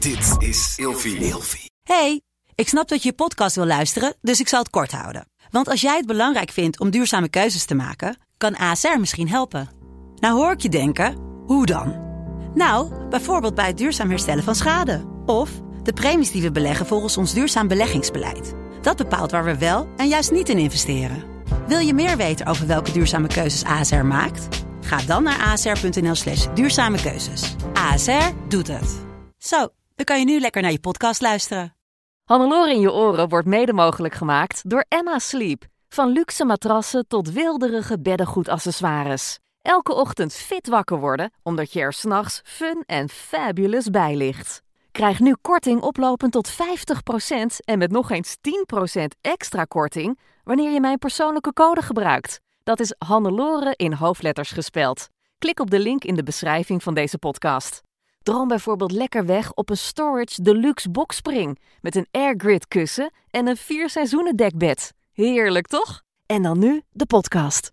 Dit is Ilfie. Hey, ik snap dat je je podcast wil luisteren, dus ik zal het kort houden. Want als jij het belangrijk vindt om duurzame keuzes te maken, kan ASR misschien helpen. Nou hoor ik je denken, hoe dan? Nou, bijvoorbeeld bij het duurzaam herstellen van schade. Of de premies die we beleggen volgens ons duurzaam beleggingsbeleid. Dat bepaalt waar we wel en juist niet in investeren. Wil je meer weten over welke duurzame keuzes ASR maakt? Ga dan naar asr.nl/duurzame keuzes. ASR doet het. Zo, dan kan je nu lekker naar je podcast luisteren. Hannelore in je oren wordt mede mogelijk gemaakt door Emma Sleep. Van luxe matrassen tot wilderige beddengoedaccessoires. Elke ochtend fit wakker worden, omdat je er 's nachts fun en fabulous bij ligt. Krijg nu korting oplopend tot 50% en met nog eens 10% extra korting wanneer je mijn persoonlijke code gebruikt. Dat is Hannelore in hoofdletters gespeld. Klik op de link in de beschrijving van deze podcast. Droom bijvoorbeeld lekker weg op een Storage Deluxe boxspring met een airgrid kussen en een 4 seizoenen dekbed. Heerlijk toch? En dan nu de podcast.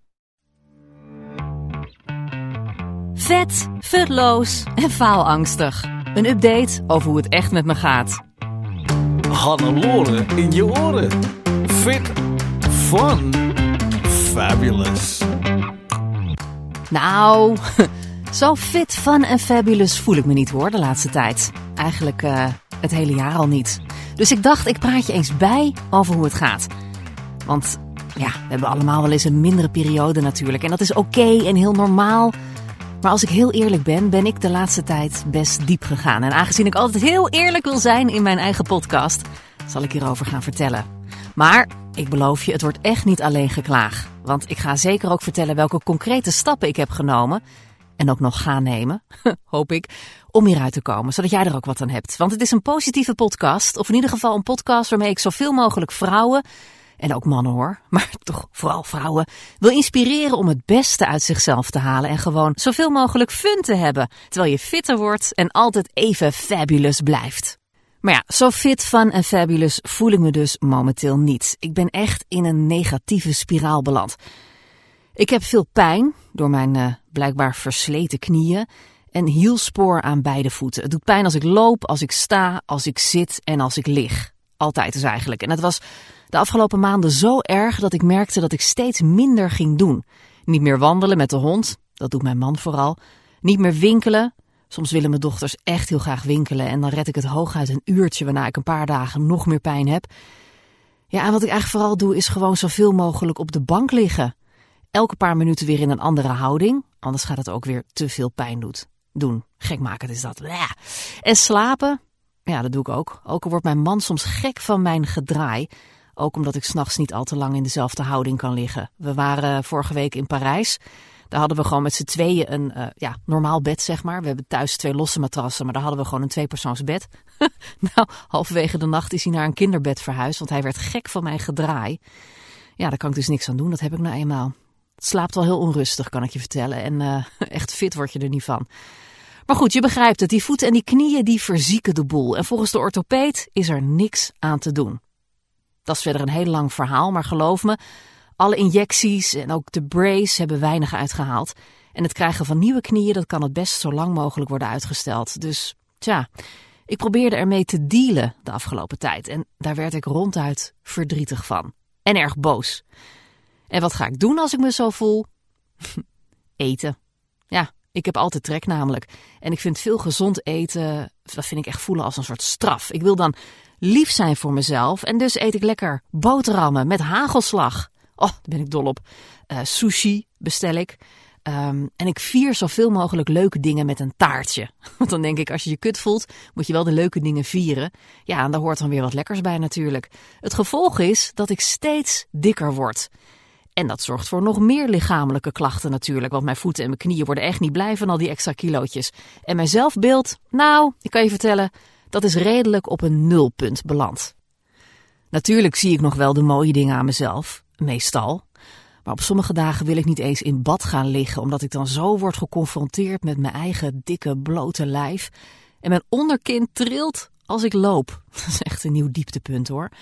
Vet, futloos en faalangstig. Een update over hoe het echt met me gaat. Hannelore in je oren. Fit, fun, fabulous. Nou, zo fit, fun en fabulous voel ik me niet hoor de laatste tijd. Eigenlijk het hele jaar al niet. Dus ik dacht, ik praat je eens bij over hoe het gaat. Want ja, we hebben allemaal wel eens een mindere periode natuurlijk. En dat is oké en heel normaal. Maar als ik heel eerlijk ben ik de laatste tijd best diep gegaan. En aangezien ik altijd heel eerlijk wil zijn in mijn eigen podcast, zal ik hierover gaan vertellen. Maar ik beloof je, het wordt echt niet alleen geklaag. Want ik ga zeker ook vertellen welke concrete stappen ik heb genomen. En ook nog ga nemen, hoop ik, om hieruit te komen. Zodat jij er ook wat aan hebt. Want het is een positieve podcast. Of in ieder geval een podcast waarmee ik zoveel mogelijk vrouwen, en ook mannen hoor, maar toch vooral vrouwen, wil inspireren om het beste uit zichzelf te halen. En gewoon zoveel mogelijk fun te hebben. Terwijl je fitter wordt en altijd even fabulous blijft. Maar ja, zo fit, fun en fabulous voel ik me dus momenteel niet. Ik ben echt in een negatieve spiraal beland. Ik heb veel pijn door mijn blijkbaar versleten knieën en hielspoor aan beide voeten. Het doet pijn als ik loop, als ik sta, als ik zit en als ik lig. Altijd dus eigenlijk. En het was de afgelopen maanden zo erg dat ik merkte dat ik steeds minder ging doen. Niet meer wandelen met de hond, dat doet mijn man vooral. Niet meer winkelen. Soms willen mijn dochters echt heel graag winkelen en dan red ik het hooguit een uurtje waarna ik een paar dagen nog meer pijn heb. Ja, en wat ik eigenlijk vooral doe is gewoon zoveel mogelijk op de bank liggen. Elke paar minuten weer in een andere houding, anders gaat het ook weer te veel pijn doen. Gekmakend is dat. En slapen, ja, dat doe ik ook. Ook al wordt mijn man soms gek van mijn gedraai. Ook omdat ik 's nachts niet al te lang in dezelfde houding kan liggen. We waren vorige week in Parijs. Daar hadden we gewoon met z'n tweeën een normaal bed, zeg maar. We hebben thuis 2 losse matrassen, maar daar hadden we gewoon een 2-persoonsbed. Nou, halverwege de nacht is hij naar een kinderbed verhuisd, want hij werd gek van mijn gedraai. Ja, daar kan ik dus niks aan doen, dat heb ik nou eenmaal. Het slaapt wel heel onrustig, kan ik je vertellen. En echt fit word je er niet van. Maar goed, je begrijpt het. Die voeten en die knieën, die verzieken de boel. En volgens de orthopeed is er niks aan te doen. Dat is verder een heel lang verhaal, maar geloof me, alle injecties en ook de brace hebben weinig uitgehaald. En het krijgen van nieuwe knieën, dat kan het best zo lang mogelijk worden uitgesteld. Dus, tja, ik probeerde ermee te dealen de afgelopen tijd. En daar werd ik ronduit verdrietig van. En erg boos. En wat ga ik doen als ik me zo voel? Eten. Ja, ik heb altijd trek namelijk. En ik vind veel gezond eten, dat vind ik echt voelen als een soort straf. Ik wil dan lief zijn voor mezelf en dus eet ik lekker boterhammen met hagelslag. Oh, daar ben ik dol op. Sushi bestel ik. En ik vier zoveel mogelijk leuke dingen met een taartje. Want dan denk ik, als je je kut voelt, moet je wel de leuke dingen vieren. Ja, en daar hoort dan weer wat lekkers bij natuurlijk. Het gevolg is dat ik steeds dikker word. En dat zorgt voor nog meer lichamelijke klachten natuurlijk. Want mijn voeten en mijn knieën worden echt niet blij van al die extra kilootjes. En mijn zelfbeeld, nou, ik kan je vertellen, dat is redelijk op een nulpunt beland. Natuurlijk zie ik nog wel de mooie dingen aan mezelf, meestal. Maar op sommige dagen wil ik niet eens in bad gaan liggen, omdat ik dan zo word geconfronteerd met mijn eigen dikke, blote lijf. En mijn onderkin trilt als ik loop. Dat is echt een nieuw dieptepunt hoor.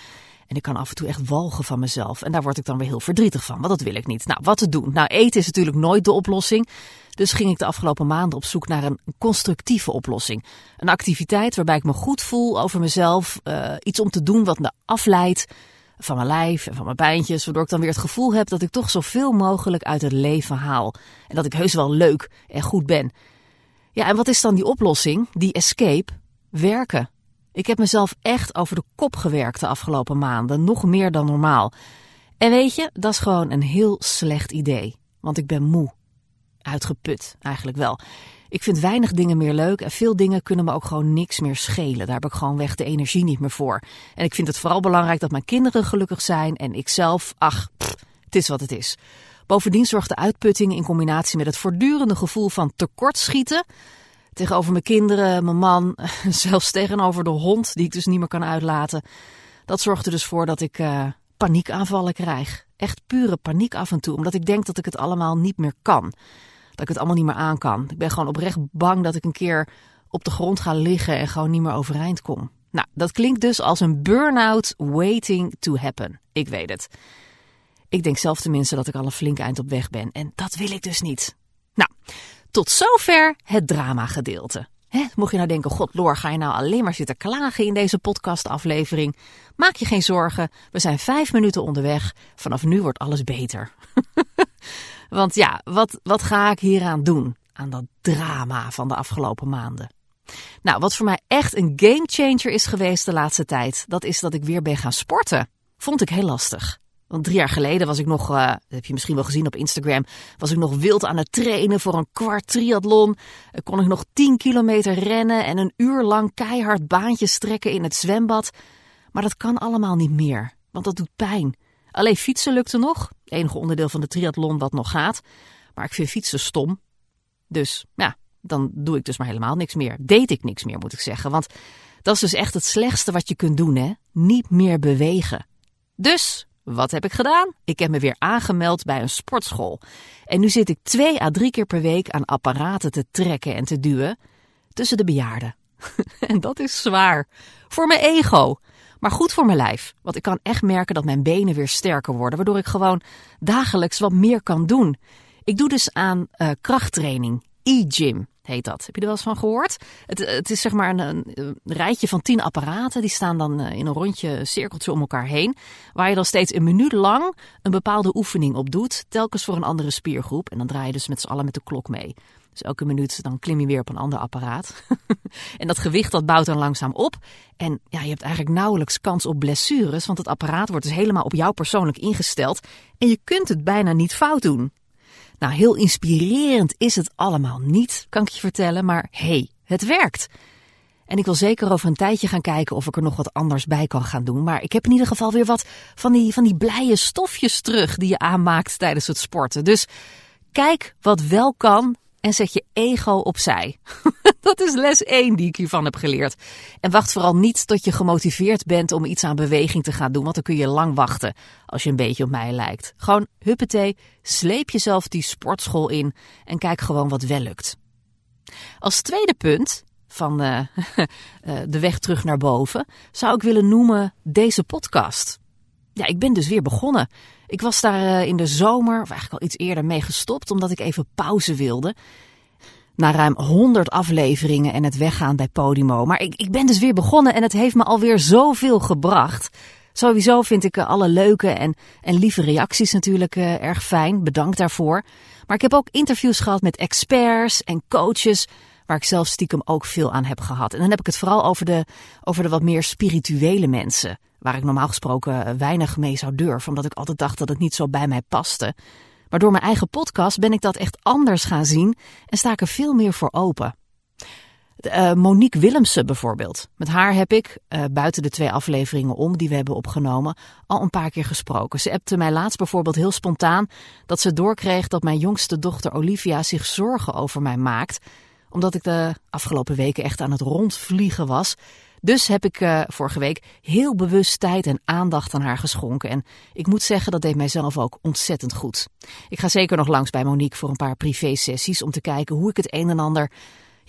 En ik kan af en toe echt walgen van mezelf. En daar word ik dan weer heel verdrietig van, want dat wil ik niet. Nou, wat te doen? Nou, eten is natuurlijk nooit de oplossing. Dus ging ik de afgelopen maanden op zoek naar een constructieve oplossing. Een activiteit waarbij ik me goed voel over mezelf. Iets om te doen wat me afleidt van mijn lijf en van mijn pijntjes. Waardoor ik dan weer het gevoel heb dat ik toch zoveel mogelijk uit het leven haal. En dat ik heus wel leuk en goed ben. Ja, en wat is dan die oplossing? Die escape? Werken. Ik heb mezelf echt over de kop gewerkt de afgelopen maanden. Nog meer dan normaal. En weet je, dat is gewoon een heel slecht idee. Want ik ben moe. Uitgeput, eigenlijk wel. Ik vind weinig dingen meer leuk en veel dingen kunnen me ook gewoon niks meer schelen. Daar heb ik gewoon weg de energie niet meer voor. En ik vind het vooral belangrijk dat mijn kinderen gelukkig zijn en ikzelf, het is wat het is. Bovendien zorgt de uitputting in combinatie met het voortdurende gevoel van tekortschieten tegenover mijn kinderen, mijn man, zelfs tegenover de hond die ik dus niet meer kan uitlaten. Dat zorgt er dus voor dat ik paniekaanvallen krijg. Echt pure paniek af en toe, omdat ik denk dat ik het allemaal niet meer kan. Dat ik het allemaal niet meer aan kan. Ik ben gewoon oprecht bang dat ik een keer op de grond ga liggen en gewoon niet meer overeind kom. Nou, dat klinkt dus als een burn-out waiting to happen. Ik weet het. Ik denk zelf tenminste dat ik al een flink eind op weg ben. En dat wil ik dus niet. Nou, tot zover het drama-gedeelte. Mocht je nou denken, god Loor, ga je nou alleen maar zitten klagen in deze podcastaflevering? Maak je geen zorgen, we zijn 5 minuten onderweg. Vanaf nu wordt alles beter. Want ja, wat ga ik hieraan doen? Aan dat drama van de afgelopen maanden. Nou, wat voor mij echt een gamechanger is geweest de laatste tijd, dat is dat ik weer ben gaan sporten. Vond ik heel lastig. Want 3 jaar geleden was ik nog, dat heb je misschien wel gezien op Instagram, was ik nog wild aan het trainen voor een kwart triathlon. Kon ik nog 10 kilometer rennen en een uur lang keihard baantjes trekken in het zwembad. Maar dat kan allemaal niet meer, want dat doet pijn. Alleen fietsen lukte nog, het enige onderdeel van de triathlon wat nog gaat. Maar ik vind fietsen stom. Dus ja, dan doe ik dus maar helemaal niks meer. Deed ik niks meer, moet ik zeggen. Want dat is dus echt het slechtste wat je kunt doen, hè? Niet meer bewegen. Dus wat heb ik gedaan? Ik heb me weer aangemeld bij een sportschool. En nu zit ik 2 à 3 keer per week aan apparaten te trekken en te duwen tussen de bejaarden. En dat is zwaar. Voor mijn ego. Maar goed voor mijn lijf. Want ik kan echt merken dat mijn benen weer sterker worden. Waardoor ik gewoon dagelijks wat meer kan doen. Ik doe dus aan krachttraining. E-gym heet dat. Heb je er wel eens van gehoord? Het is zeg maar een rijtje van 10 apparaten. Die staan dan in een rondje cirkeltje om elkaar heen. Waar je dan steeds een minuut lang een bepaalde oefening op doet. Telkens voor een andere spiergroep. En dan draai je dus met z'n allen met de klok mee. Dus elke minuut dan klim je weer op een ander apparaat. En dat gewicht dat bouwt dan langzaam op. En ja, je hebt eigenlijk nauwelijks kans op blessures. Want het apparaat wordt dus helemaal op jou persoonlijk ingesteld. En je kunt het bijna niet fout doen. Nou, heel inspirerend is het allemaal niet, kan ik je vertellen. Maar hey, het werkt. En ik wil zeker over een tijdje gaan kijken of ik er nog wat anders bij kan gaan doen. Maar ik heb in ieder geval weer wat van die blije stofjes terug die je aanmaakt tijdens het sporten. Dus kijk wat wel kan en zet je ego opzij. Dat is les 1 die ik hiervan heb geleerd. En wacht vooral niet tot je gemotiveerd bent om iets aan beweging te gaan doen. Want dan kun je lang wachten als je een beetje op mij lijkt. Gewoon huppatee, sleep jezelf die sportschool in en kijk gewoon wat wel lukt. Als tweede punt van de weg terug naar boven zou ik willen noemen deze podcast. Ja, ik ben dus weer begonnen. Ik was daar in de zomer, of eigenlijk al iets eerder, mee gestopt omdat ik even pauze wilde. Na ruim 100 afleveringen en het weggaan bij Podimo. Maar ik ben dus weer begonnen en het heeft me alweer zoveel gebracht. Sowieso vind ik alle leuke en lieve reacties natuurlijk erg fijn. Bedankt daarvoor. Maar ik heb ook interviews gehad met experts en coaches, waar ik zelf stiekem ook veel aan heb gehad. En dan heb ik het vooral over de wat meer spirituele mensen, waar ik normaal gesproken weinig mee zou durven, omdat ik altijd dacht dat het niet zo bij mij paste. Maar door mijn eigen podcast ben ik dat echt anders gaan zien en sta ik er veel meer voor open. Monique Willemsen bijvoorbeeld. Met haar heb ik, buiten de 2 afleveringen om die we hebben opgenomen, al een paar keer gesproken. Ze appte mij laatst bijvoorbeeld heel spontaan dat ze doorkreeg dat mijn jongste dochter Olivia zich zorgen over mij maakt, omdat ik de afgelopen weken echt aan het rondvliegen was. Dus heb ik vorige week heel bewust tijd en aandacht aan haar geschonken. En ik moet zeggen, dat deed mijzelf ook ontzettend goed. Ik ga zeker nog langs bij Monique voor een paar privé-sessies om te kijken hoe ik het een en ander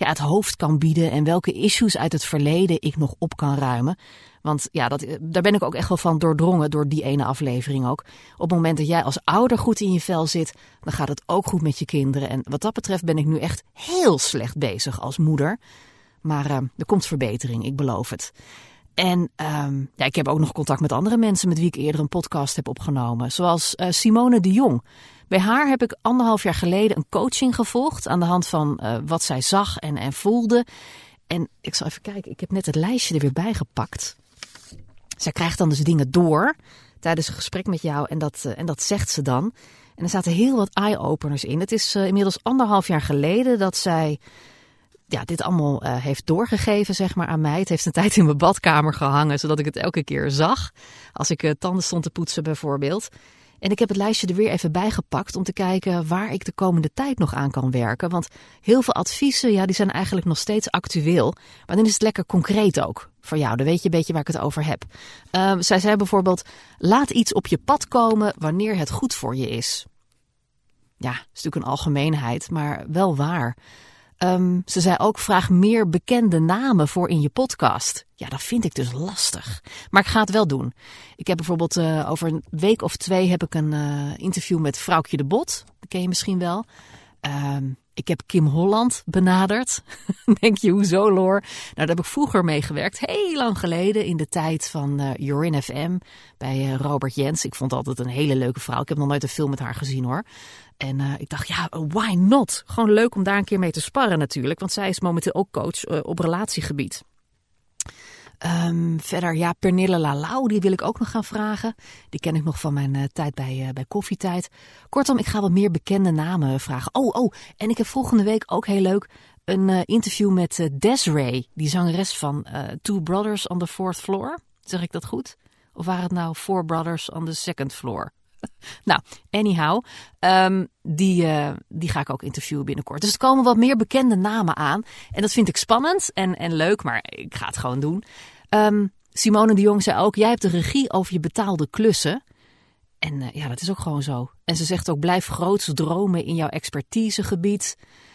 het hoofd kan bieden en welke issues uit het verleden ik nog op kan ruimen. Want ja, daar ben ik ook echt wel van doordrongen door die ene aflevering ook. Op het moment dat jij als ouder goed in je vel zit, dan gaat het ook goed met je kinderen. En wat dat betreft ben ik nu echt heel slecht bezig als moeder. Maar er komt verbetering, ik beloof het. En ik heb ook nog contact met andere mensen met wie ik eerder een podcast heb opgenomen. Zoals Simone de Jong. Bij haar heb ik 1,5 jaar geleden een coaching gevolgd aan de hand van wat zij zag en voelde. En ik zal even kijken, ik heb net het lijstje er weer bij gepakt. Zij krijgt dan dus dingen door tijdens een gesprek met jou en dat zegt ze dan. En er zaten heel wat eye-openers in. Het is inmiddels 1,5 jaar geleden dat zij dit allemaal heeft doorgegeven, zeg maar, aan mij. Het heeft een tijd in mijn badkamer gehangen, zodat ik het elke keer zag. Als ik tanden stond te poetsen bijvoorbeeld. En ik heb het lijstje er weer even bijgepakt om te kijken waar ik de komende tijd nog aan kan werken. Want heel veel adviezen, die zijn eigenlijk nog steeds actueel. Maar dan is het lekker concreet ook voor jou. Dan weet je een beetje waar ik het over heb. Zij zei bijvoorbeeld, laat iets op je pad komen wanneer het goed voor je is. Ja, dat is natuurlijk een algemeenheid, maar wel waar. Ze zei ook, vraag meer bekende namen voor in je podcast. Ja, dat vind ik dus lastig. Maar ik ga het wel doen. Ik heb bijvoorbeeld over een week of 2 heb ik een interview met Vrouwtje de Bot. Dat ken je misschien wel. Ik heb Kim Holland benaderd. Denk je, hoezo Loor? Nou, daar heb ik vroeger mee gewerkt. Heel lang geleden in de tijd van Jorin FM bij Robert Jens. Ik vond altijd een hele leuke vrouw. Ik heb nog nooit een film met haar gezien hoor. En ik dacht, why not? Gewoon leuk om daar een keer mee te sparren natuurlijk. Want zij is momenteel ook coach op relatiegebied. Verder, Pernille Lalau, die wil ik ook nog gaan vragen. Die ken ik nog van mijn tijd bij Koffietijd. Kortom, ik ga wat meer bekende namen vragen. Oh, en ik heb volgende week ook heel leuk een interview met Desiree. Die zangeres van Two Brothers on the Fourth Floor. Zeg ik dat goed? Of waren het nou Four Brothers on the Second Floor? Nou, anyhow, die ga ik ook interviewen binnenkort. Dus er komen wat meer bekende namen aan. En dat vind ik spannend en leuk, maar ik ga het gewoon doen. Simone de Jong zei ook, jij hebt de regie over je betaalde klussen. En dat is ook gewoon zo. En ze zegt ook, blijf groots dromen in jouw expertisegebied.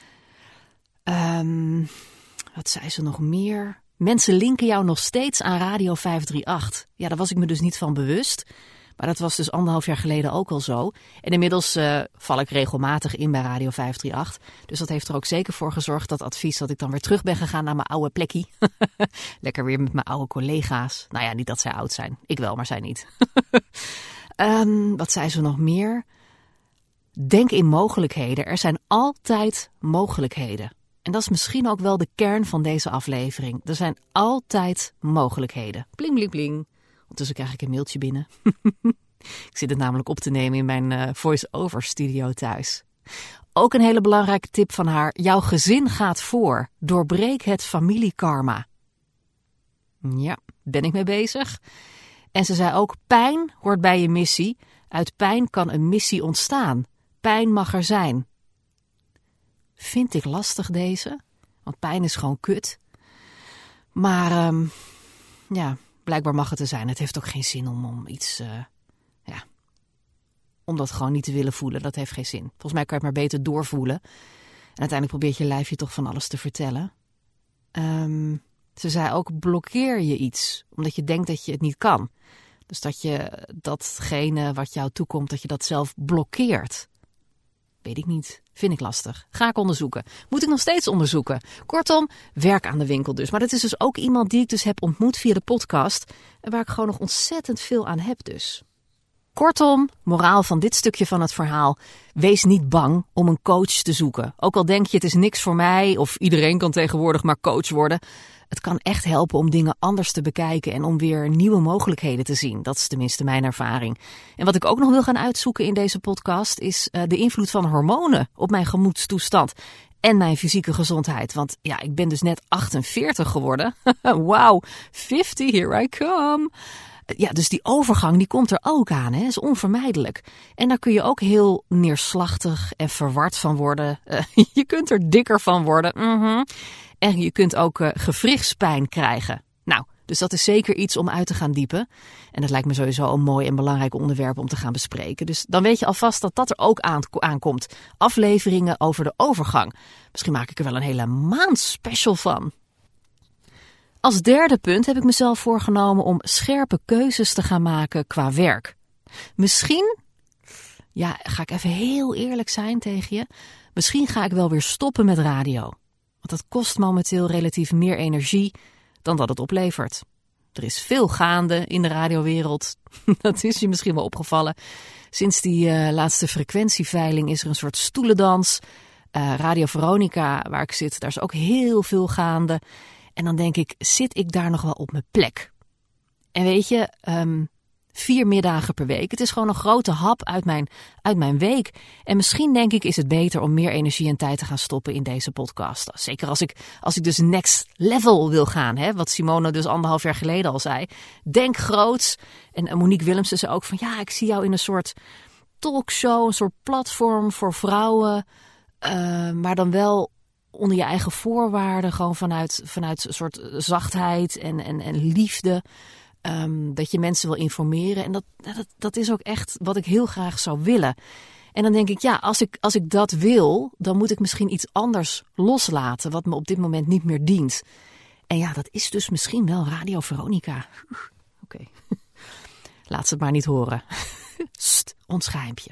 Wat zei ze nog meer? Mensen linken jou nog steeds aan Radio 538. Ja, daar was ik me dus niet van bewust. Maar dat was dus 1,5 jaar geleden ook al zo. En inmiddels val ik regelmatig in bij Radio 538. Dus dat heeft er ook zeker voor gezorgd, dat advies, dat ik dan weer terug ben gegaan naar mijn oude plekje. Lekker weer met mijn oude collega's. Nou ja, niet dat zij oud zijn. Ik wel, maar zij niet. Wat zei ze nog meer? Denk in mogelijkheden. Er zijn altijd mogelijkheden. En dat is misschien ook wel de kern van deze aflevering. Er zijn altijd mogelijkheden. Bling, bling, bling. Ondertussen krijg ik een mailtje binnen. Ik zit het namelijk op te nemen in mijn voice-over studio thuis. Ook een hele belangrijke tip van haar. Jouw gezin gaat voor. Doorbreek het familiekarma. Ja, ben ik mee bezig. En ze zei ook, pijn hoort bij je missie. Uit pijn kan een missie ontstaan. Pijn mag er zijn. Vind ik lastig deze. Want pijn is gewoon kut. Maar blijkbaar mag het er zijn. Het heeft ook geen zin om iets... om dat gewoon niet te willen voelen. Dat heeft geen zin. Volgens mij kan je het maar beter doorvoelen. En uiteindelijk probeert je lijfje toch van alles te vertellen. Ze zei ook, blokkeer je iets. Omdat je denkt dat je het niet kan. Dus dat je datgene wat jou toekomt, dat je dat zelf blokkeert. Weet ik niet. Vind ik lastig. Ga ik onderzoeken. Moet ik nog steeds onderzoeken. Kortom, werk aan de winkel dus. Maar dat is dus ook iemand die ik dus heb ontmoet via de podcast. En waar ik gewoon nog ontzettend veel aan heb dus. Kortom, moraal van dit stukje van het verhaal. Wees niet bang om een coach te zoeken. Ook al denk je het is niks voor mij of iedereen kan tegenwoordig maar coach worden. Het kan echt helpen om dingen anders te bekijken en om weer nieuwe mogelijkheden te zien. Dat is tenminste mijn ervaring. En wat ik ook nog wil gaan uitzoeken in deze podcast is de invloed van hormonen op mijn gemoedstoestand en mijn fysieke gezondheid. Want ja, ik ben dus net 48 geworden. Wauw, 50, here I come. Ja, dus die overgang die komt er ook aan, hè? Is onvermijdelijk. En daar kun je ook heel neerslachtig en verward van worden. Je kunt er dikker van worden. En je kunt ook gewrichtspijn krijgen. Nou, Dus dat is zeker iets om uit te gaan diepen. En dat lijkt me sowieso een mooi en belangrijk onderwerp om te gaan bespreken. Dus dan weet je alvast dat dat er ook aankomt. Afleveringen over de overgang. Misschien maak ik er wel een hele maand special van. Als derde punt heb ik mezelf voorgenomen om scherpe keuzes te gaan maken qua werk. Misschien, ga ik even heel eerlijk zijn tegen je. Misschien ga ik wel weer stoppen met radio. Want dat kost momenteel relatief meer energie dan dat het oplevert. Er is veel gaande in de radiowereld. Dat is je misschien wel opgevallen. Sinds die laatste frequentieveiling is er een soort stoelendans. Radio Veronica, waar ik zit, daar is ook heel veel gaande. En dan denk ik, zit ik daar nog wel op mijn plek? En weet je, 4 middagen per week. Het is gewoon een grote hap uit mijn week. En misschien denk ik, is het beter om meer energie en tijd te gaan stoppen in deze podcast. Zeker als ik dus next level wil gaan. Hè? Wat Simone dus 1,5 jaar geleden al zei. Denk groots. En Monique Willemsen zei ook van, ik zie jou in een soort talkshow, een soort platform voor vrouwen. Maar dan wel onder je eigen voorwaarden. Gewoon vanuit een soort zachtheid en liefde. Dat je mensen wil informeren. En dat is ook echt wat ik heel graag zou willen. En dan denk ik, als ik dat wil, dan moet ik misschien iets anders loslaten wat me op dit moment niet meer dient. En dat is dus misschien wel Radio Veronica. Oké. Laat ze het maar niet horen. Sst, ons geheimpje.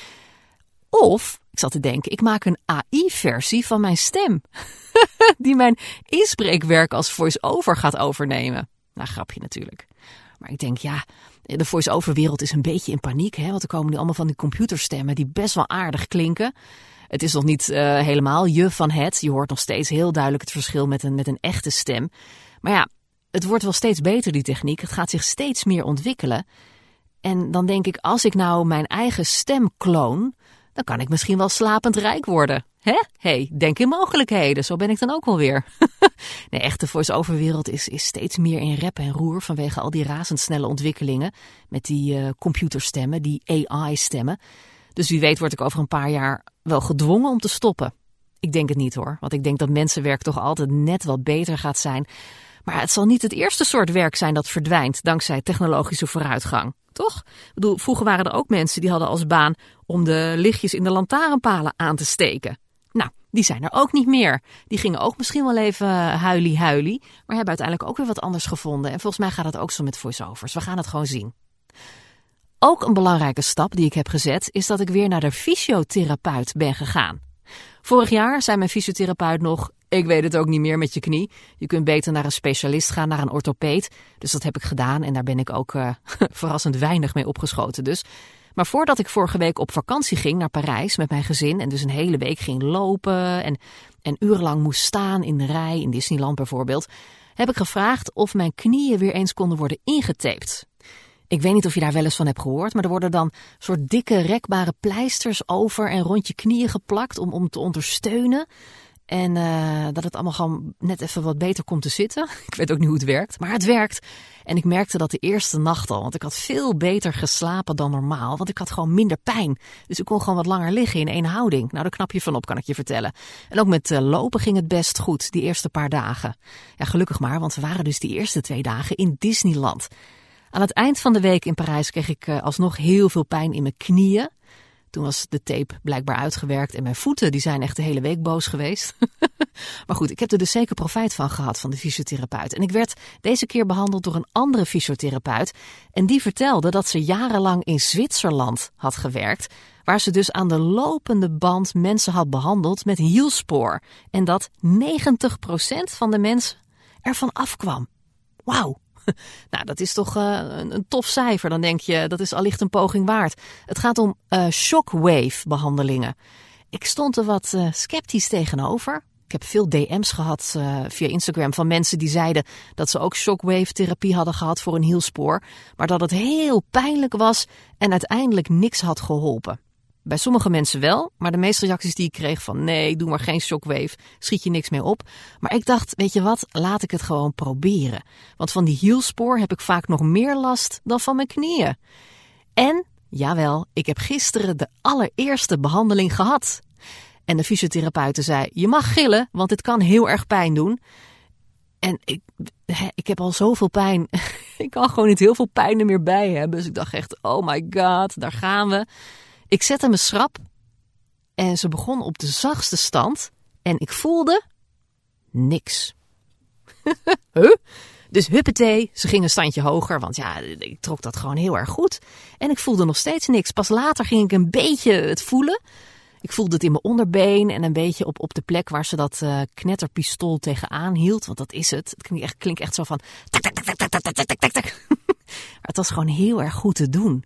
Of, ik zat te denken, ik maak een AI-versie van mijn stem. Die mijn inspreekwerk als voice-over gaat overnemen. Nou, grapje natuurlijk. Maar ik denk, de voice-over wereld is een beetje in paniek. Hè? Want er komen nu allemaal van die computerstemmen die best wel aardig klinken. Het is nog niet helemaal je van het. Je hoort nog steeds heel duidelijk het verschil met een echte stem. Maar het wordt wel steeds beter, die techniek. Het gaat zich steeds meer ontwikkelen. En dan denk ik, als ik nou mijn eigen stem kloon, dan kan ik misschien wel slapend rijk worden. Hè? Hey, denk in mogelijkheden. Zo ben ik dan ook wel weer. Nee, echt, de voice-over wereld is steeds meer in rep en roer vanwege al die razendsnelle ontwikkelingen met die computerstemmen, die AI-stemmen. Dus wie weet word ik over een paar jaar wel gedwongen om te stoppen. Ik denk het niet hoor, want ik denk dat mensenwerk toch altijd net wat beter gaat zijn. Maar het zal niet het eerste soort werk zijn dat verdwijnt dankzij technologische vooruitgang. Toch? Ik bedoel, vroeger waren er ook mensen die hadden als baan om de lichtjes in de lantaarnpalen aan te steken. Nou, die zijn er ook niet meer. Die gingen ook misschien wel even huilie, maar hebben uiteindelijk ook weer wat anders gevonden. En volgens mij gaat het ook zo met voice-overs. We gaan het gewoon zien. Ook een belangrijke stap die ik heb gezet is dat ik weer naar de fysiotherapeut ben gegaan. Vorig jaar zei mijn fysiotherapeut nog, ik weet het ook niet meer met je knie. Je kunt beter naar een specialist gaan, naar een orthopeed. Dus dat heb ik gedaan en daar ben ik ook verrassend weinig mee opgeschoten dus. Maar voordat ik vorige week op vakantie ging naar Parijs met mijn gezin en dus een hele week ging lopen en urenlang moest staan in de rij, in Disneyland bijvoorbeeld, heb ik gevraagd of mijn knieën weer eens konden worden ingetaped. Ik weet niet of je daar wel eens van hebt gehoord, maar er worden dan soort dikke rekbare pleisters over en rond je knieën geplakt om te ondersteunen. En dat het allemaal gewoon net even wat beter komt te zitten. Ik weet ook niet hoe het werkt, maar het werkt. En ik merkte dat de eerste nacht al, want ik had veel beter geslapen dan normaal. Want ik had gewoon minder pijn. Dus ik kon gewoon wat langer liggen in één houding. Nou, daar knap je van op, kan ik je vertellen. En ook met lopen ging het best goed, die eerste paar dagen. Ja, gelukkig maar, want we waren dus die eerste 2 dagen in Disneyland. Aan het eind van de week in Parijs kreeg ik alsnog heel veel pijn in mijn knieën. Toen was de tape blijkbaar uitgewerkt en mijn voeten die zijn echt de hele week boos geweest. Maar goed, ik heb er dus zeker profijt van gehad van de fysiotherapeut. En ik werd deze keer behandeld door een andere fysiotherapeut. En die vertelde dat ze jarenlang in Zwitserland had gewerkt. Waar ze dus aan de lopende band mensen had behandeld met hielspoor. En dat 90% van de mensen ervan afkwam. Wauw. Nou, dat is toch een tof cijfer. Dan denk je, dat is allicht een poging waard. Het gaat om shockwave behandelingen. Ik stond er wat sceptisch tegenover. Ik heb veel DM's gehad via Instagram van mensen die zeiden dat ze ook shockwave therapie hadden gehad voor een hielspoor. Maar dat het heel pijnlijk was en uiteindelijk niks had geholpen. Bij sommige mensen wel, maar de meeste reacties die ik kreeg van nee, doe maar geen shockwave, schiet je niks mee op. Maar ik dacht, weet je wat, laat ik het gewoon proberen. Want van die hielspoor heb ik vaak nog meer last dan van mijn knieën. En, jawel, ik heb gisteren de allereerste behandeling gehad. En de fysiotherapeute zei, je mag gillen, want dit kan heel erg pijn doen. En ik heb al zoveel pijn. Ik kan gewoon niet heel veel pijn er meer bij hebben. Dus ik dacht echt, oh my god, daar gaan we. Ik zette me schrap. En ze begon op de zachtste stand. En ik voelde niks. Huh? Dus huppatee, ze ging een standje hoger. Want ja, ik trok dat gewoon heel erg goed. En ik voelde nog steeds niks. Pas later ging ik een beetje het voelen. Ik voelde het in mijn onderbeen en een beetje op de plek waar ze dat knetterpistool tegenaan hield. Want dat is het. Het klinkt echt zo van tak, tak, tak, tak, tak, tak, tak, tak, tak. Maar het was gewoon heel erg goed te doen.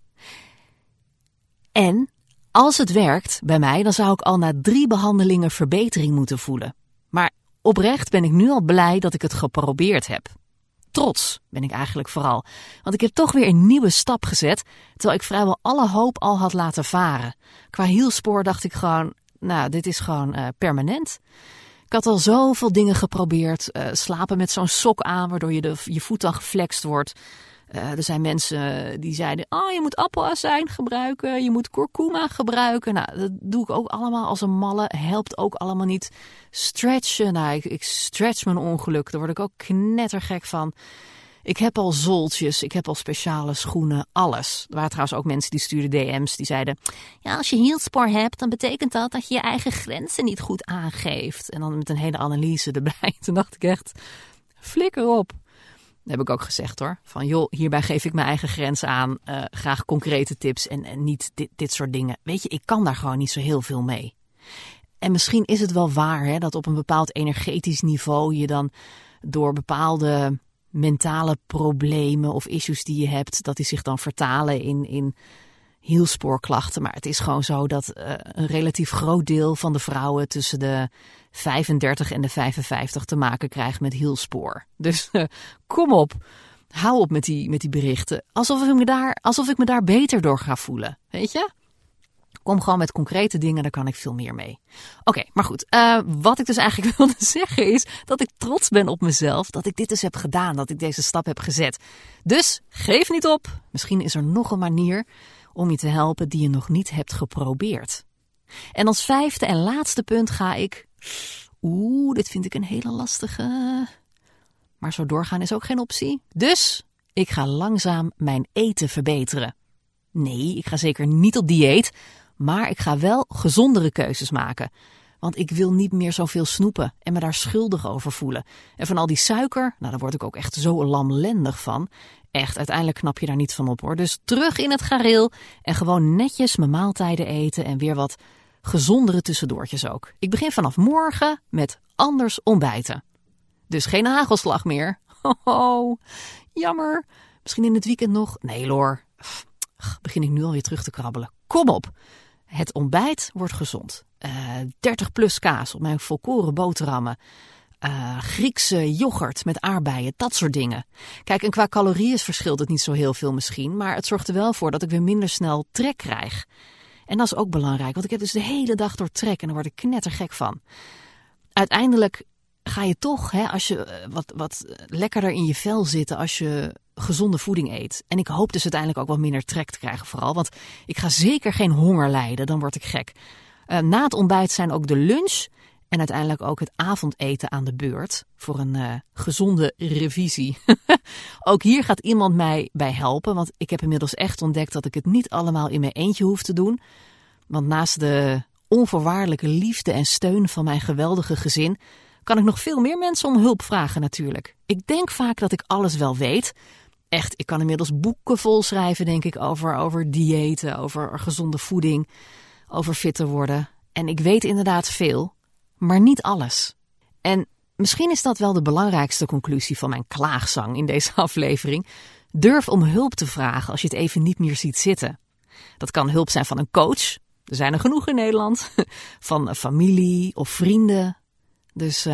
En als het werkt bij mij, dan zou ik al na 3 behandelingen verbetering moeten voelen. Maar oprecht ben ik nu al blij dat ik het geprobeerd heb. Trots ben ik eigenlijk vooral. Want ik heb toch weer een nieuwe stap gezet, terwijl ik vrijwel alle hoop al had laten varen. Qua hielspoor dacht ik gewoon, nou, dit is gewoon permanent. Ik had al zoveel dingen geprobeerd. Slapen met zo'n sok aan, waardoor je voet dan geflext wordt. Er zijn mensen die zeiden, je moet appelazijn gebruiken, je moet kurkuma gebruiken. Nou, dat doe ik ook allemaal als een malle. Helpt ook allemaal niet. Stretchen, nou, ik stretch mijn ongeluk. Daar word ik ook knettergek van. Ik heb al zoltjes, ik heb al speciale schoenen, alles. Er waren trouwens ook mensen die stuurden DM's, die zeiden, ja, als je hielspoor hebt, dan betekent dat je je eigen grenzen niet goed aangeeft. En dan met een hele analyse erbij. Toen dacht ik echt, flikker op. Dat heb ik ook gezegd hoor. Van joh, hierbij geef ik mijn eigen grenzen aan. Graag concrete tips en niet dit soort dingen. Weet je, ik kan daar gewoon niet zo heel veel mee. En misschien is het wel waar hè, dat op een bepaald energetisch niveau je dan door bepaalde mentale problemen of issues die je hebt, dat die zich dan vertalen in hielspoorklachten. Maar het is gewoon zo dat een relatief groot deel van de vrouwen tussen de 35 en de 55 te maken krijgt met hielspoor. Dus kom op, hou op met die berichten. Alsof ik me daar beter door ga voelen, weet je? Kom gewoon met concrete dingen, daar kan ik veel meer mee. Oké, maar goed. Wat ik dus eigenlijk wilde zeggen is dat ik trots ben op mezelf. Dat ik dit dus heb gedaan, dat ik deze stap heb gezet. Dus geef niet op. Misschien is er nog een manier om je te helpen die je nog niet hebt geprobeerd. En als 5e en laatste punt ga ik... dit vind ik een hele lastige. Maar zo doorgaan is ook geen optie. Dus ik ga langzaam mijn eten verbeteren. Nee, ik ga zeker niet op dieet, maar ik ga wel gezondere keuzes maken. Want ik wil niet meer zoveel snoepen en me daar schuldig over voelen. En van al die suiker, daar word ik ook echt zo lamlendig van. Echt, uiteindelijk knap je daar niet van op hoor. Dus terug in het gareel en gewoon netjes mijn maaltijden eten en weer wat gezondere tussendoortjes ook. Ik begin vanaf morgen met anders ontbijten. Dus geen hagelslag meer. Oh, jammer. Misschien in het weekend nog. Nee hoor. Begin ik nu alweer terug te krabbelen. Kom op. Het ontbijt wordt gezond. 30 plus kaas op mijn volkoren boterhammen. Griekse yoghurt met aardbeien, dat soort dingen. Kijk, en qua calorieën verschilt het niet zo heel veel misschien, maar het zorgt er wel voor dat ik weer minder snel trek krijg. En dat is ook belangrijk, want ik heb dus de hele dag door trek en daar word ik knettergek van. Uiteindelijk ga je toch, als je wat lekkerder in je vel zitten als je gezonde voeding eet. En ik hoop dus uiteindelijk ook wat minder trek te krijgen vooral, want ik ga zeker geen honger lijden, dan word ik gek. Na het ontbijt zijn ook de lunch en uiteindelijk ook het avondeten aan de beurt voor een gezonde revisie. Ook hier gaat iemand mij bij helpen, want ik heb inmiddels echt ontdekt dat ik het niet allemaal in mijn eentje hoef te doen. Want naast de onvoorwaardelijke liefde en steun van mijn geweldige gezin kan ik nog veel meer mensen om hulp vragen natuurlijk. Ik denk vaak dat ik alles wel weet. Echt, ik kan inmiddels boeken vol schrijven, denk ik, over diëten, over gezonde voeding, over fitter worden. En ik weet inderdaad veel, maar niet alles. En misschien is dat wel de belangrijkste conclusie van mijn klaagzang in deze aflevering. Durf om hulp te vragen als je het even niet meer ziet zitten. Dat kan hulp zijn van een coach. Er zijn er genoeg in Nederland. Van familie of vrienden. Dus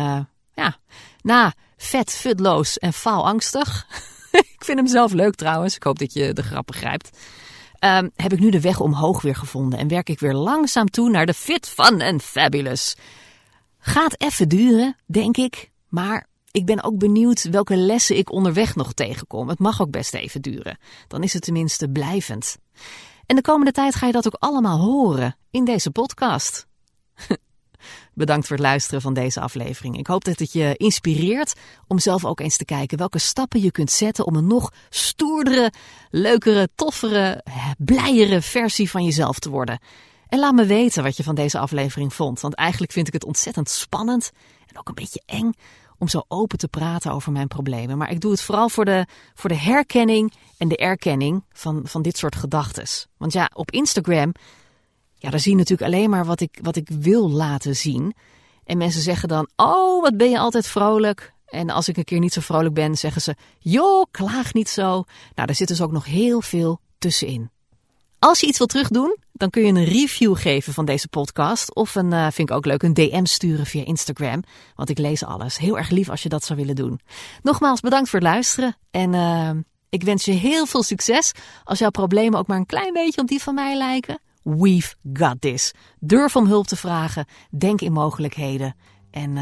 vet, futloos en faalangstig. Ik vind hem zelf leuk trouwens. Ik hoop dat je de grap begrijpt. Heb ik nu de weg omhoog weer gevonden. En werk ik weer langzaam toe naar de Fit, Fun en Fabulous. Gaat even duren, denk ik. Maar ik ben ook benieuwd welke lessen ik onderweg nog tegenkom. Het mag ook best even duren. Dan is het tenminste blijvend. En de komende tijd ga je dat ook allemaal horen in deze podcast. bedankt voor het luisteren van deze aflevering. Ik hoop dat het je inspireert om zelf ook eens te kijken welke stappen je kunt zetten om een nog stoerdere, leukere, toffere, blijere versie van jezelf te worden. En laat me weten wat je van deze aflevering vond. Want eigenlijk vind ik het ontzettend spannend en ook een beetje eng om zo open te praten over mijn problemen. Maar ik doe het vooral voor de herkenning en de erkenning van dit soort gedachtes. Want ja, op Instagram, daar zie je natuurlijk alleen maar wat ik wil laten zien. En mensen zeggen dan, oh, wat ben je altijd vrolijk. En als ik een keer niet zo vrolijk ben, zeggen ze, joh, klaag niet zo. Nou, daar zit dus ook nog heel veel tussenin. Als je iets wil terugdoen, dan kun je een review geven van deze podcast. Of vind ik ook leuk, een DM sturen via Instagram. Want ik lees alles. Heel erg lief als je dat zou willen doen. Nogmaals, bedankt voor het luisteren. En ik wens je heel veel succes. Als jouw problemen ook maar een klein beetje op die van mij lijken. We've got this. Durf om hulp te vragen. Denk in mogelijkheden. En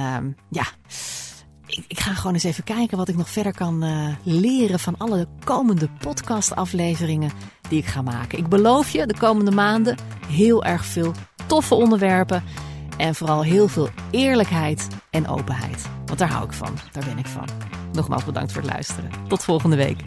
ik ga gewoon eens even kijken wat ik nog verder kan leren van alle komende podcastafleveringen die ik ga maken. Ik beloof je de komende maanden heel erg veel toffe onderwerpen. En vooral heel veel eerlijkheid en openheid. Want daar hou ik van. Daar ben ik van. Nogmaals bedankt voor het luisteren. Tot volgende week.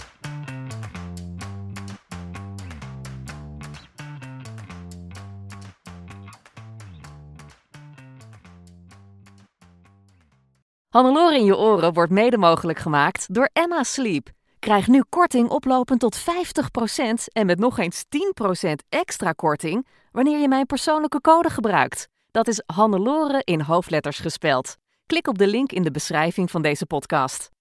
Hannelore in je oren wordt mede mogelijk gemaakt door Emma Sleep. Krijg nu korting oplopend tot 50% en met nog eens 10% extra korting wanneer je mijn persoonlijke code gebruikt. Dat is Hannelore in hoofdletters gespeld. Klik op de link in de beschrijving van deze podcast.